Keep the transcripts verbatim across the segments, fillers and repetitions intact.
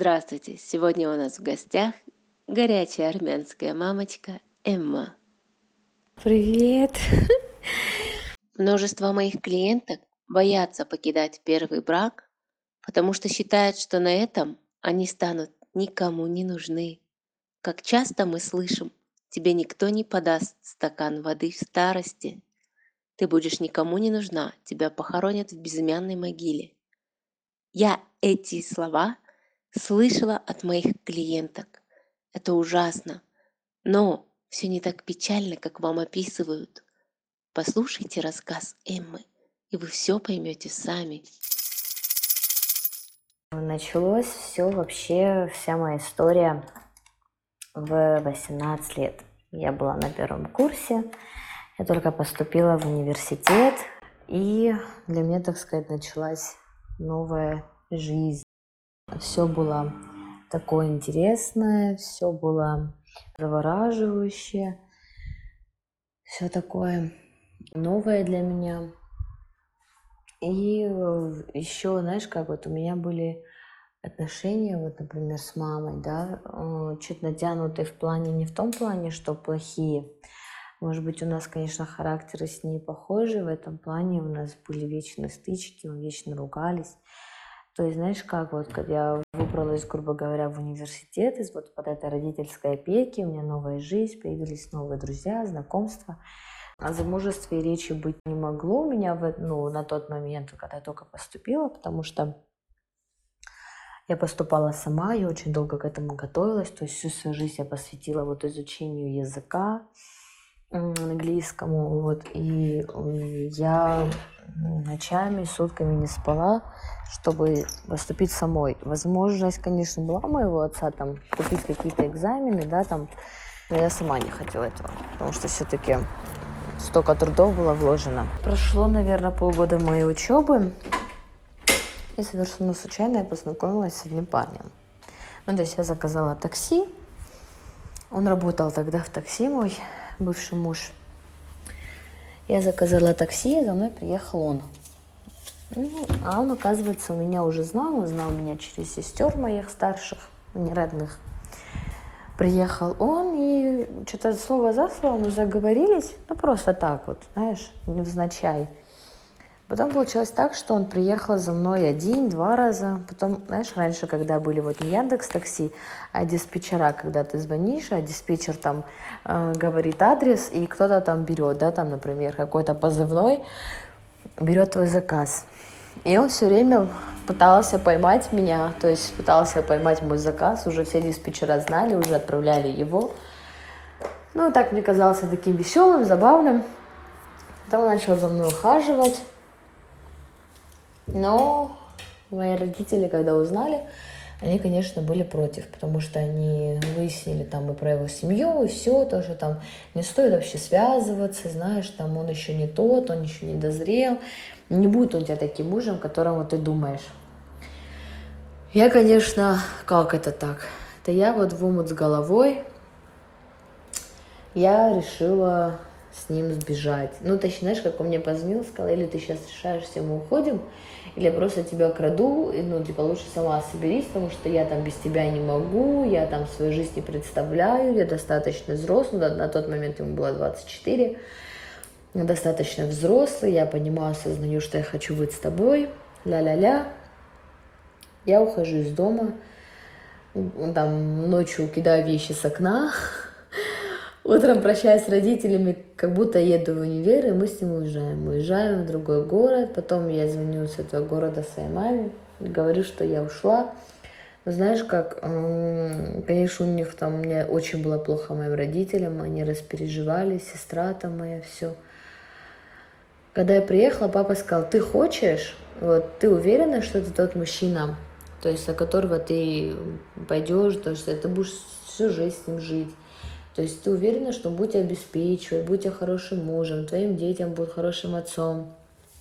Здравствуйте! Сегодня у нас в гостях горячая армянская мамочка Эмма. Привет! Множество моих клиенток боятся покидать первый брак, потому что считают, что на этом они станут никому не нужны. Как часто мы слышим: тебе никто не подаст стакан воды в старости, ты будешь никому не нужна, тебя похоронят в безымянной могиле. Я эти слова слышала от моих клиенток. Это ужасно, но все не так печально, как вам описывают. Послушайте рассказ Эммы, и вы все поймете сами. Началось все вообще, вся моя история в восемнадцать лет. Я была на первом курсе, я только поступила в университет, и для меня, так сказать, началась новая жизнь. Все было такое интересное, все было завораживающее, все такое новое для меня. И еще, знаешь, как вот у меня были отношения, вот, например, с мамой, да, э, чуть натянутые в плане, не в том плане, что плохие. Может быть, у нас, конечно, характеры с ней похожи в этом плане, у нас были вечные стычки, мы вечно ругались. То есть, знаешь, как вот, когда я выбралась, грубо говоря, в университет, из вот под этой родительской опеки, у меня новая жизнь, появились новые друзья, знакомства. О замужестве речи быть не могло у меня в, ну, на тот момент, когда я только поступила, потому что я поступала сама, я очень долго к этому готовилась, то есть всю свою жизнь я посвятила вот изучению языка английскому, вот, и я ночами, сутками не спала, чтобы поступить самой. Возможность, конечно, была у моего отца там купить какие-то экзамены, да, там, но я сама не хотела этого, потому что все-таки столько трудов было вложено. Прошло, наверное, полгода моей учебы, и совершенно случайно я познакомилась с одним парнем. Ну, то есть я заказала такси, он работал тогда в такси, мой бывший муж. Я заказала такси, и за мной приехал он. Ну, а он, оказывается, меня уже знал, он знал меня через сестер моих старших, не родных. Приехал он, и что-то слово за слово мы заговорились, ну просто так вот, знаешь, невзначай. Потом получилось так, что он приехал за мной один-два раза. Потом, знаешь, раньше, когда были вот не Яндекс.Такси, а диспетчера, когда ты звонишь, а диспетчер там э, говорит адрес, и кто-то там берет, да, там, например, какой-то позывной, берет твой заказ. И он все время пытался поймать меня, то есть пытался поймать мой заказ, уже все диспетчера знали, уже отправляли его. Ну, так мне казалось таким веселым, забавным. Потом он начал за мной ухаживать. Но мои родители, когда узнали, они, конечно, были против, потому что они выяснили там и про его семью, и все, тоже там не стоит вообще связываться, знаешь, там он еще не тот, он еще не дозрел, не будет он у тебя таким мужем, которому ты думаешь. Я, конечно, как это так? Это я вот в омут с головой, я решила с ним сбежать. Ну, точнее, знаешь, как он мне позвонил, сказал, или ты сейчас решаешься, мы уходим, или я просто тебя краду, и, ну, типа, лучше сама соберись, потому что я там без тебя не могу, я там свою жизнь не представляю, я достаточно взрослый, на, на тот момент ему было двадцать четыре, я достаточно взрослый, я понимаю, осознаю, что я хочу быть с тобой, ля-ля-ля. Я ухожу из дома, там, ночью кидаю вещи с окна, утром прощаюсь с родителями, как будто еду в универ, и мы с ним уезжаем. Мы уезжаем в другой город, потом я звоню с этого города своей маме, говорю, что я ушла. Но знаешь, как, конечно, у них там, мне очень было плохо моим родителям, они распереживали, сестра там моя, все. Когда я приехала, папа сказал, ты хочешь, вот, ты уверена, что это тот мужчина, то есть, за которого ты пойдешь, то есть, ты будешь всю жизнь с ним жить. То есть ты уверена, что будь обеспечивать, будь хорошим мужем, твоим детям будь хорошим отцом.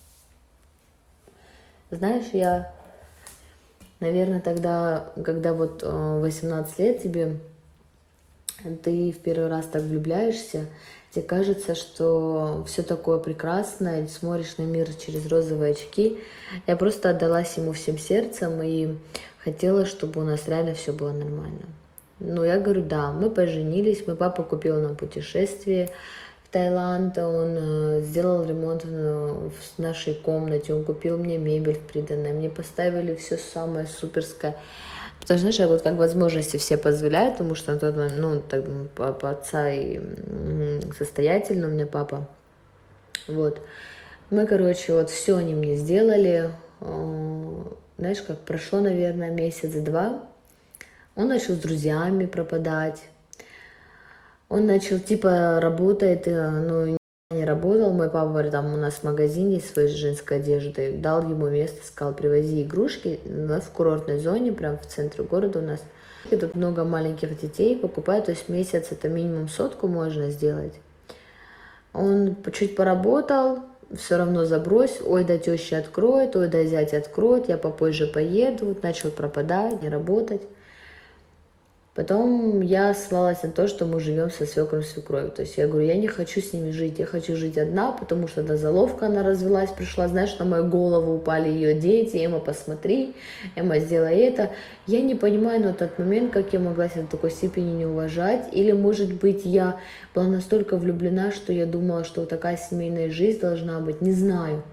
Знаешь, я, наверное, тогда, когда вот восемнадцать лет тебе, ты в первый раз так влюбляешься, тебе кажется, что все такое прекрасное, смотришь на мир через розовые очки. Я просто отдалась ему всем сердцем, и хотела, чтобы у нас реально все было нормально. Ну, я говорю, да, мы поженились, мой папа купил нам путешествие в Таиланд, он э, сделал ремонт в, в нашей комнате, он купил мне мебель в приданое, мне поставили все самое суперское. Потому что, знаешь, вот как возможности все позволяют, потому что на тот момент, ну, так, папа отца и состоятельный у меня папа, вот. Мы, короче, вот все они мне сделали, знаешь, как прошло, наверное, месяц-два, он начал с друзьями пропадать, он начал, типа, работает, ну, не работал, мой папа говорит, там у нас в магазине есть своей женской одежды, дал ему место, сказал, привози игрушки, у нас в курортной зоне, прям в центре города у нас, и тут много маленьких детей покупают, то есть месяц это минимум сотку можно сделать. Он чуть поработал, все равно забрось, ой, да теща откроет, ой, да зять откроет, я попозже поеду, начал пропадать, не работать. Потом я ссылалась на то, что мы живем со свекром и свекровью. То есть я говорю, я не хочу с ними жить, я хочу жить одна, потому что до заловка она развелась, пришла, знаешь, на мою голову упали ее дети, Эмма, посмотри, Эмма, сделай это. Я не понимаю на тот момент, как я могла себя до такой степени не уважать, или, может быть, я была настолько влюблена, что я думала, что вот такая семейная жизнь должна быть, не знаю.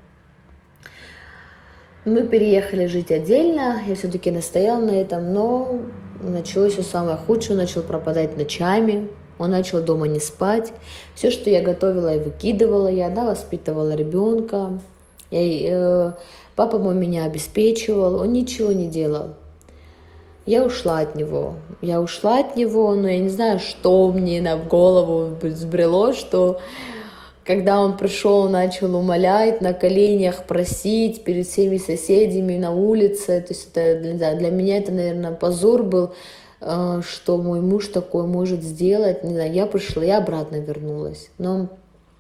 Мы переехали жить отдельно, я все-таки настояла на этом, но началось все самое худшее, он начал пропадать ночами, он начал дома не спать. Все, что я готовила и выкидывала, я, да, воспитывала ребенка. Я, э, папа мой меня обеспечивал, он ничего не делал. Я ушла от него, я ушла от него, но я не знаю, что мне на голову взбрело, что... Когда он пришел, начал умолять, на коленях просить перед всеми соседями на улице. То есть это, для, для меня это, наверное, позор был, что мой муж такое может сделать. Не знаю, я пришла, я обратно вернулась. Но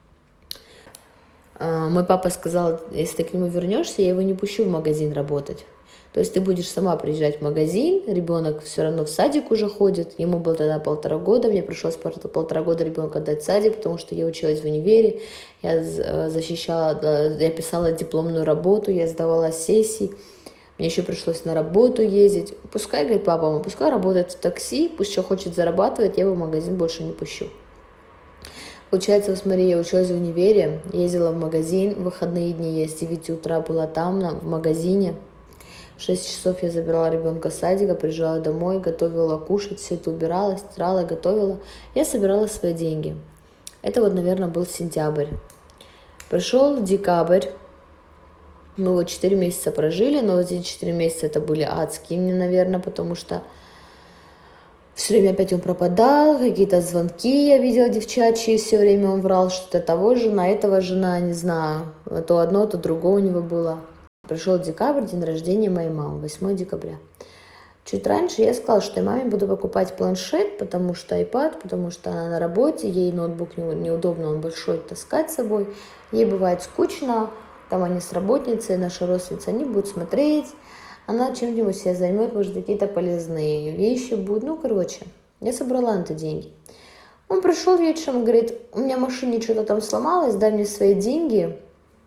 мой папа сказал, если ты к нему вернешься, я его не пущу в магазин работать. То есть ты будешь сама приезжать в магазин, ребенок все равно в садик уже ходит, ему было тогда полтора года, мне пришлось полтора года ребенка отдать в садик, потому что я училась в универе, я защищала, я писала дипломную работу, я сдавала сессии, мне еще пришлось на работу ездить. Пускай, говорит папа, пускай работает в такси, пусть что хочет зарабатывать, я его в магазин больше не пущу. Получается, вот смотри, я училась в универе, ездила в магазин, в выходные дни я с девяти утра была там, в магазине. В шесть часов я забирала ребенка с садика, приезжала домой, готовила кушать, все это убирала, стирала, готовила. Я собирала свои деньги. Это вот, наверное, был сентябрь. Пришел декабрь. Мы вот четыре месяца прожили, но вот эти четыре месяца это были адские мне, наверное, потому что все время опять он пропадал, какие-то звонки я видела девчачьи, все время он врал, что это того жена, этого жена, не знаю, то одно, то другое у него было. Пришел декабрь, день рождения моей мамы, восьмое декабря. Чуть раньше я сказала, что я маме буду покупать планшет, потому что iPad, потому что она на работе, ей ноутбук неудобно, он большой, таскать с собой. Ей бывает скучно, там они с работницей, наша родственница, они будут смотреть, она чем-нибудь себя займет, может, какие-то полезные вещи будут. Ну, короче, я собрала на это деньги. Он пришел вечером, говорит, у меня в машине что-то там сломалось, дай мне свои деньги,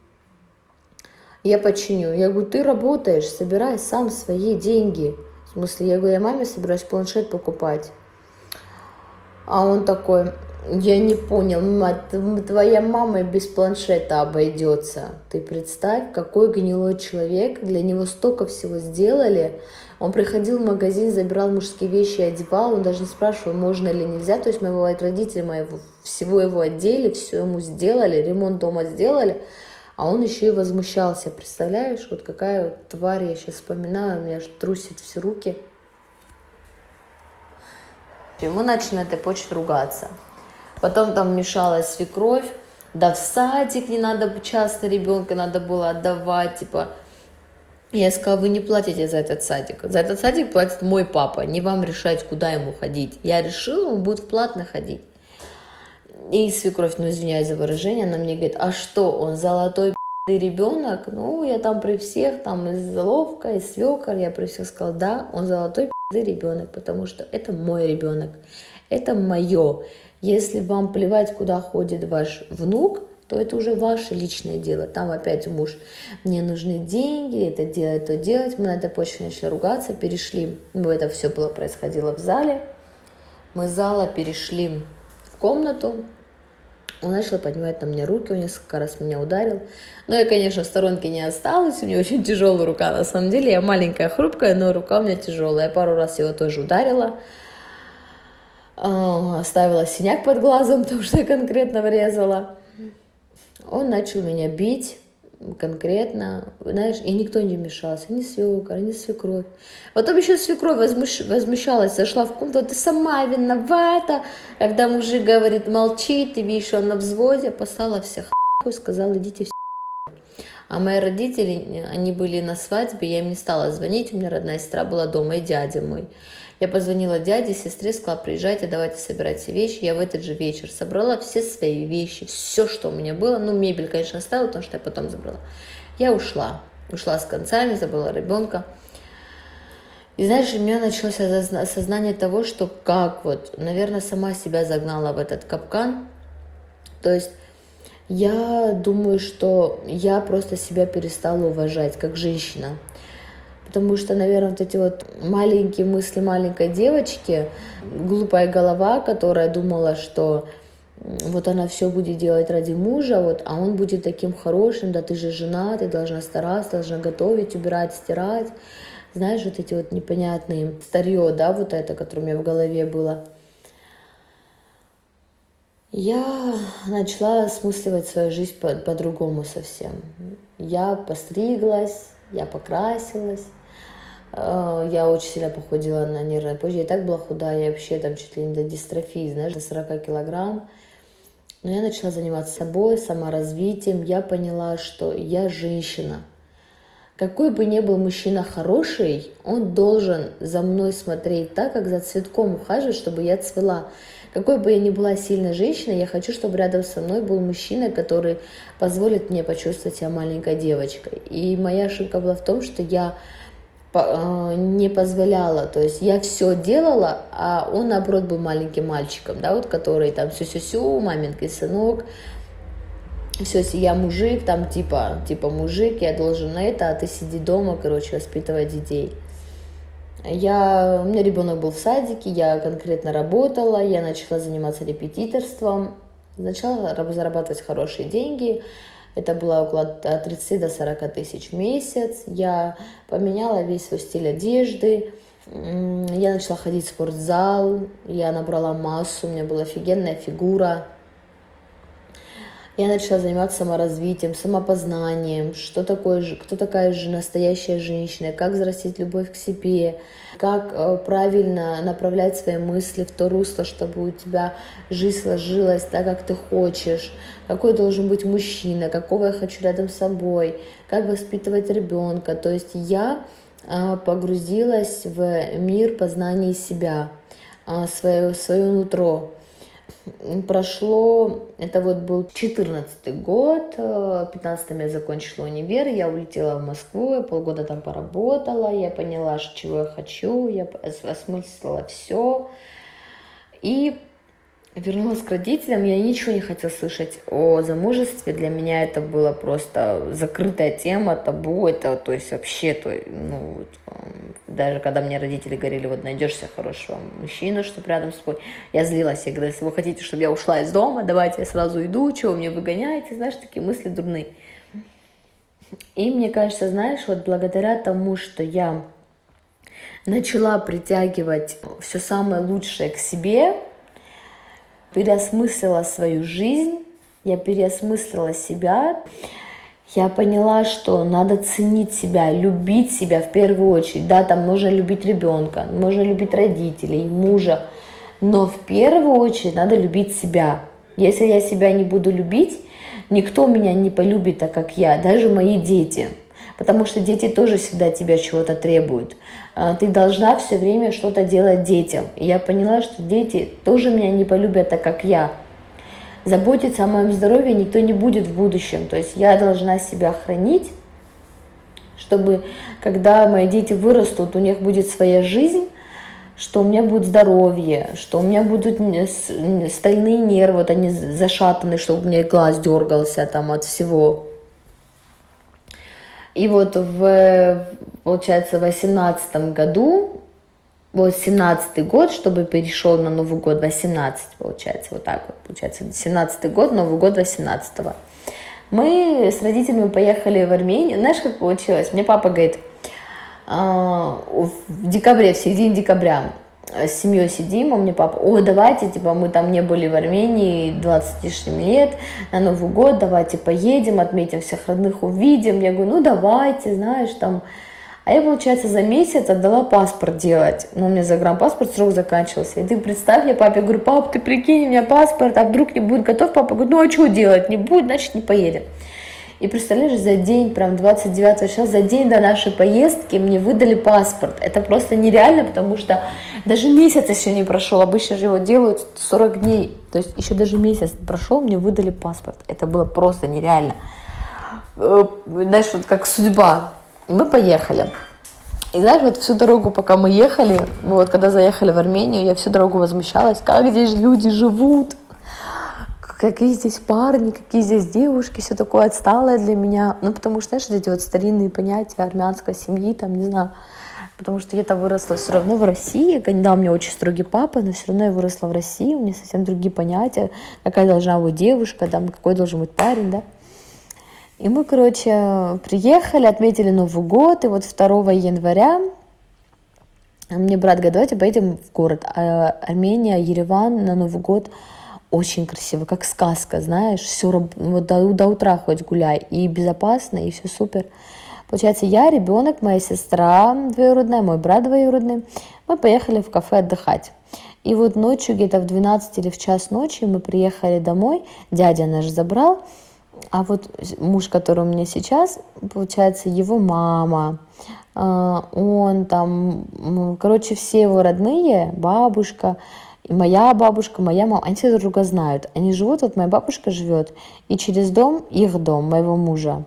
я починю. Я говорю, ты работаешь, собирай сам свои деньги. В смысле, я говорю, я маме собираюсь планшет покупать. А он такой, я не понял, мать, твоя мама без планшета обойдется. Ты представь, какой гнилой человек, для него столько всего сделали. Он приходил в магазин, забирал мужские вещи, одевал, он даже не спрашивал, можно или нельзя. То есть, мои родители моего, всего его одели, все ему сделали, ремонт дома сделали. А он еще и возмущался, представляешь, вот какая вот тварь, я сейчас вспоминаю, у меня аж трусит все руки. И мы начали на этой почте ругаться. Потом там мешалась свекровь, да в садик не надо часто ребенка надо было отдавать, типа. Я сказала, вы не платите за этот садик. За этот садик платит мой папа, не вам решать, куда ему ходить. Я решила, он будет платно ходить. И свекровь, ну извиняюсь за выражение, она мне говорит, а что, он золотой ребенок? Ну, я там при всех, там из заловка, из свекор, я при всех сказала, да, он золотой ребенок, потому что это мой ребенок, это мое. Если вам плевать, куда ходит ваш внук, то это уже ваше личное дело. Там опять муж, мне нужны деньги, это делать, то делать. Мы на этой почве начали ругаться, перешли. Ну, это все было происходило в зале. Мы с зала перешли в комнату. Он начал поднимать на мне руки, он несколько раз меня ударил. Но я, конечно, в сторонке не осталась, у него очень тяжелая рука. На самом деле я маленькая, хрупкая, но рука у меня тяжелая. Я пару раз его тоже ударила. Оставила синяк под глазом, потому что я конкретно врезала. Он начал меня бить конкретно, знаешь, и никто не вмешался, ни свекор, ни свекровь. Потом еще свекровь возмущ... возмущалась, зашла в комнату, ты сама виновата. Когда мужик говорит, молчи, ты видишь, что он на взводе, послала всех и сказала, идите все. А мои родители, они были на свадьбе, я им не стала звонить, у меня родная сестра была дома и дядя мой. Я позвонила дяде, сестре, сказала, приезжайте, давайте собирайте вещи. Я в этот же вечер собрала все свои вещи, все, что у меня было. Ну, мебель, конечно, оставила, потому что я потом забрала. Я ушла. Ушла с концами, забыла ребенка. И знаешь, у меня началось осознание того, что как вот, наверное, сама себя загнала в этот капкан. То есть я думаю, что я просто себя перестала уважать как женщина. Потому что, наверное, вот эти вот маленькие мысли маленькой девочки, глупая голова, которая думала, что вот она все будет делать ради мужа, вот, а он будет таким хорошим, да ты же жена, ты должна стараться, должна готовить, убирать, стирать. Знаешь, вот эти вот непонятные старье, да, вот это, которое у меня в голове было. Я начала осмысливать свою жизнь по- по-другому совсем. Я постриглась, я покрасилась. Я очень сильно похудела на нервной почве. Я и так была худая, я вообще там чуть ли не до дистрофии, знаешь, до сорока килограмм. Но я начала заниматься собой, саморазвитием. Я поняла, что я женщина. Какой бы ни был мужчина хороший, он должен за мной смотреть так, как за цветком ухаживать, чтобы я цвела. Какой бы я ни была сильной женщиной, я хочу, чтобы рядом со мной был мужчина, который позволит мне почувствовать себя маленькой девочкой. И моя ошибка была в том, что я не позволяла, то есть я все делала, а он, наоборот, был маленьким мальчиком, да, вот, который там сю-сю-сю, маменький сынок, все, я мужик, там, типа, типа мужик, я должен на это, а ты сиди дома, короче, воспитывай детей. Я, у меня ребенок был в садике, я конкретно работала, я начала заниматься репетиторством, начала зарабатывать хорошие деньги. Это было около от тридцати до сорока тысяч в месяц. Я поменяла весь свой стиль одежды. Я начала ходить в спортзал. Я набрала массу. У меня была офигенная фигура. Я начала заниматься саморазвитием, самопознанием. Что такое, кто такая же настоящая женщина? Как взрастить любовь к себе? Как правильно направлять свои мысли в то русло, чтобы у тебя жизнь сложилась так, как ты хочешь? Какой должен быть мужчина? Какого я хочу рядом с собой? Как воспитывать ребенка? То есть я погрузилась в мир познания себя, свое, свое нутро. Прошло, это вот был четырнадцатый год, в пятнадцатом я закончила универ, я улетела в Москву, я полгода там поработала, я поняла, чего я хочу, я осмыслила все и вернулась к родителям. Я ничего не хотела слышать о замужестве, для меня это было просто закрытая тема, табу, это, то есть вообще, то, ну, вот, даже когда мне родители говорили, вот найдешь себе хорошего мужчину, чтобы рядом с тобой, я злилась, я говорила, если вы хотите, чтобы я ушла из дома, давайте я сразу иду, чего вы мне выгоняете, знаешь, такие мысли дурные. И мне кажется, знаешь, вот благодаря тому, что я начала притягивать все самое лучшее к себе, переосмыслила свою жизнь, я переосмыслила себя, я поняла, что надо ценить себя, любить себя в первую очередь. Да, там можно любить ребенка, можно любить родителей, мужа, но в первую очередь надо любить себя. Если я себя не буду любить, никто меня не полюбит так, как я, даже мои дети. Потому что дети тоже всегда тебя чего-то требуют. Ты должна все время что-то делать детям. И я поняла, что дети тоже меня не полюбят так, как я. Заботиться о моем здоровье никто не будет в будущем. То есть я должна себя хранить, чтобы когда мои дети вырастут, у них будет своя жизнь, что у меня будет здоровье, что у меня будут стальные нервы, вот они зашатаны, чтобы у меня глаз дергался там от всего. И вот в, получается, в восемнадцатом году, вот семнадцатый год, чтобы перешел на Новый год, восемнадцать, получается, вот так вот, получается, семнадцатый год, Новый год восемнадцатого. Мы с родителями поехали в Армению. Знаешь, как получилось? Мне папа говорит, в декабре, в середине декабря с семьей сидим, а мне папа, ой, давайте, типа, мы там не были в Армении двадцать лишним лет, на Новый год, давайте поедем, отметим всех родных, увидим. Я говорю, ну давайте, знаешь, там. А я, получается, за месяц отдала паспорт делать. Ну, у меня загранпаспорт, срок заканчивался. И ты представь, я папе говорю, пап, ты прикинь, у меня паспорт, а вдруг не будет готов? Папа говорит, ну а что делать? Не будет, значит, не поедем. И представляешь, за день, прям двадцать девятого числа, за день до нашей поездки мне выдали паспорт. Это просто нереально, потому что даже месяц еще не прошел. Обычно же его делают сорок дней. То есть еще даже месяц прошел, мне выдали паспорт. Это было просто нереально. Знаешь, вот как судьба. И мы поехали. И знаешь, вот всю дорогу, пока мы ехали, вот когда заехали в Армению, я всю дорогу возмущалась, как здесь люди живут. Какие здесь парни, какие здесь девушки, все такое отсталое для меня. Ну, потому что, знаешь, эти вот старинные понятия армянской семьи, там, не знаю, потому что я-то выросла все равно в России, да, у меня очень строгий папа, но все равно я выросла в России, у меня совсем другие понятия, какая должна быть девушка, там, какой должен быть парень, да. И мы, короче, приехали, отметили Новый год, и вот второго января мне брат говорит, давайте поедем в город, а Армения, Ереван на Новый год очень красиво, как сказка, знаешь, все вот до, до утра хоть гуляй, и безопасно, и все супер. Получается, я, ребенок, моя сестра двоюродная, мой брат двоюродный, мы поехали в кафе отдыхать. И вот ночью, где-то в двенадцать или в час ночи мы приехали домой, дядя наш забрал, а вот муж, который у меня сейчас, получается, его мама, он там, короче, все его родные, бабушка, и моя бабушка, моя мама, они все друг друга знают. Они живут, вот моя бабушка живет, и через дом их дом, моего мужа.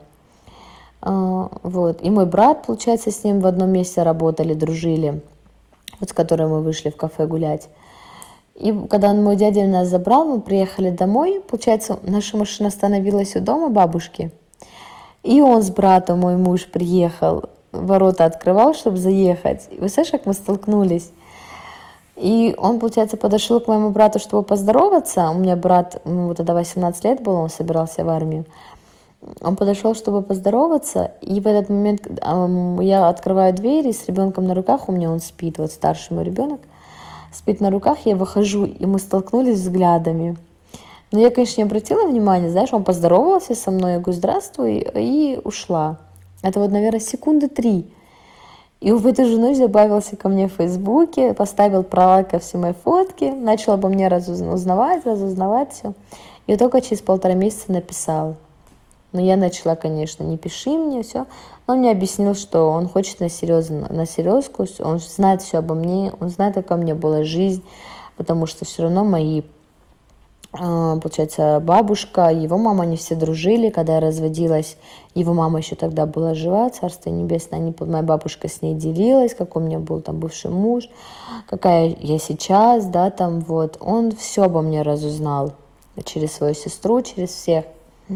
Вот. И мой брат, получается, с ним в одном месте работали, дружили, вот с которым мы вышли в кафе гулять. И когда мой дядя нас забрал, мы приехали домой, получается, наша машина остановилась у дома бабушки, и он с братом, мой муж, приехал, ворота открывал, чтобы заехать. И вы знаешь, как мы столкнулись? И он, получается, подошел к моему брату, чтобы поздороваться. У меня брат, ему тогда восемнадцать лет было, он собирался в армию. Он подошел, чтобы поздороваться, и в этот момент я открываю дверь, и с ребенком на руках, у меня он спит, вот старший мой ребенок, спит на руках, я выхожу, и мы столкнулись взглядами. Но я, конечно, не обратила внимания, знаешь, он поздоровался со мной, я говорю, здравствуй, и ушла. Это вот, наверное, секунды три. И в эту же ночь добавился ко мне в Фейсбуке, поставил пролайков все мои фотки, начал обо мне разузнавать, разузнавать все. И только через полтора месяца написал. Но я начала, конечно, не пиши мне, все. Но он мне объяснил, что он хочет на серьезно, на серьезку, он знает все обо мне, он знает, какая у меня была жизнь, потому что все равно мои, получается, бабушка, его мама, они все дружили, когда я разводилась, его мама еще тогда была жива, Царство Небесное, они, моя бабушка с ней делилась, какой у меня был там бывший муж, какая я сейчас, да, там вот, он все обо мне разузнал через свою сестру, через всех.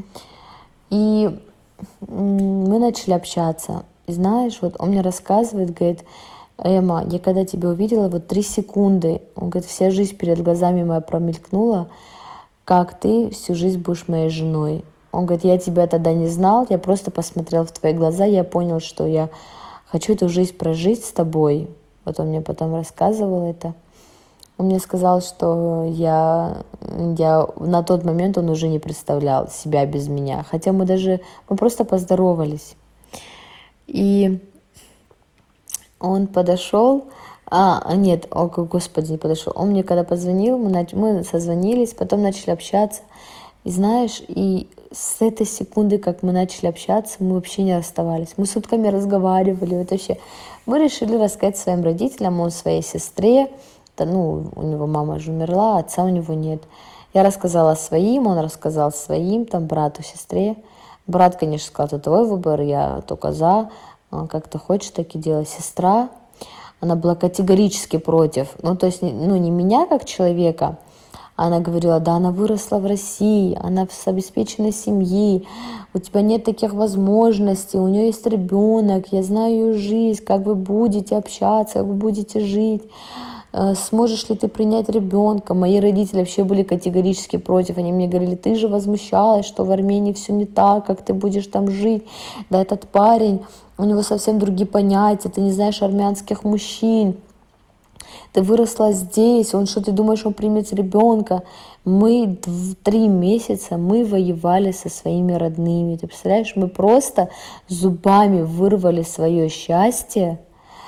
И мы начали общаться. И знаешь, вот он мне рассказывает, говорит, Эмма, я когда тебя увидела, вот три секунды, он говорит, вся жизнь перед глазами моя промелькнула, как ты всю жизнь будешь моей женой. Он говорит, я тебя тогда не знал, я просто посмотрел в твои глаза, я понял, что я хочу эту жизнь прожить с тобой. Вот он мне потом рассказывал это. Он мне сказал, что я, я на тот момент он уже не представлял себя без меня. Хотя мы даже, мы просто поздоровались. И он подошел, а, нет, о, господи, не подошел. Он мне когда позвонил, мы, нач... мы созвонились, потом начали общаться. И знаешь, и с этой секунды, как мы начали общаться, мы вообще не расставались. Мы сутками разговаривали, вот вообще. Мы решили рассказать своим родителям, он своей сестре. Ну, у него мама же умерла, отца у него нет. Я рассказала своим, он рассказал своим, там, брату, сестре. Брат, конечно, сказал, это твой выбор, я только за, как ты хочешь, так и делай. Сестра, она была категорически против. Ну, то есть, не- ну, не меня как человека, она говорила, да, она выросла в России, она с обеспеченной семьи, у тебя нет таких возможностей, у нее есть ребенок, я знаю ее жизнь, как вы будете общаться, как вы будете жить, э, сможешь ли ты принять ребенка. Мои родители вообще были категорически против, они мне говорили, ты же возмущалась, что в Армении все не так, как ты будешь там жить, да этот парень, у него совсем другие понятия, ты не знаешь армянских мужчин, ты выросла здесь, он что, ты думаешь, он примет ребенка? Мы дв- три месяца мы воевали со своими родными. Ты представляешь, мы просто зубами вырвали свое счастье.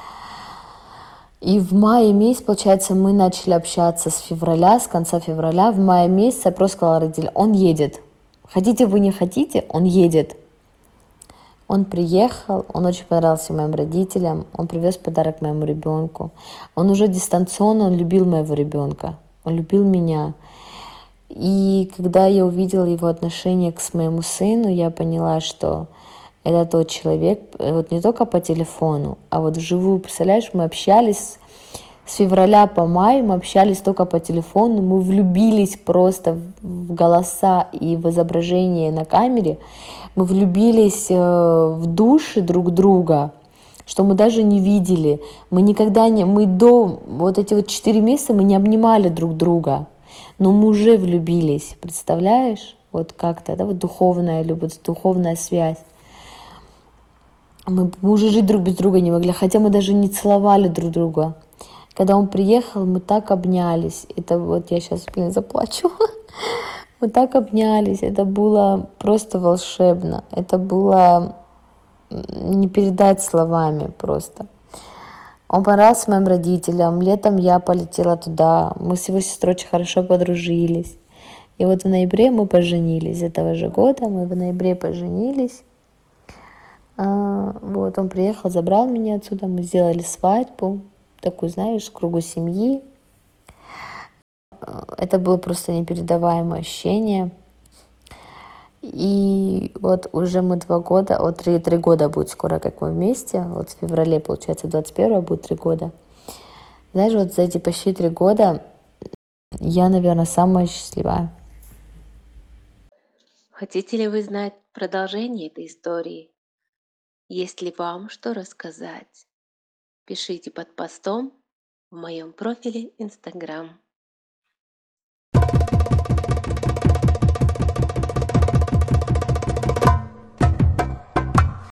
И в мае месяц, получается, мы начали общаться с февраля, с конца февраля. В мае месяце я просто сказала родителям, он едет. Хотите вы, не хотите, он едет. Он приехал, он очень понравился моим родителям, он привез подарок моему ребенку. Он уже дистанционно, он любил моего ребенка, он любил меня. И когда я увидела его отношение к моему сыну, я поняла, что это тот человек, э, вот не только по телефону, а вот вживую, представляешь, мы общались с февраля по май, мы общались только по телефону, мы влюбились просто в голоса и в изображение на камере, мы влюбились э, в души друг друга, что мы даже не видели. Мы никогда не, мы до вот эти вот четыре месяца мы не обнимали друг друга, но мы уже влюбились, представляешь? Вот как-то, да, вот духовная любовь, духовная связь. Мы, мы уже жить друг без друга не могли, хотя мы даже не целовали друг друга. Когда он приехал, мы так обнялись. Это вот я сейчас, блин, заплачу. Мы так обнялись. Это было просто волшебно. Это было не передать словами просто. Он понравился моим родителям. Летом я полетела туда. Мы с его сестрой очень хорошо подружились. И вот в ноябре мы поженились. Этого же года мы в ноябре поженились. А, вот, он приехал, забрал меня отсюда. Мы сделали свадьбу. Такую, знаешь, в кругу семьи. Это было просто непередаваемое ощущение. И вот уже мы два года, вот три, три года будет скоро, как мы вместе. Вот в феврале, получается, двадцать первого будет три года. Знаешь, вот за эти почти три года я, наверное, самая счастливая. Хотите ли вы знать продолжение этой истории? Есть ли вам что рассказать? Пишите под постом в моем профиле Instagram.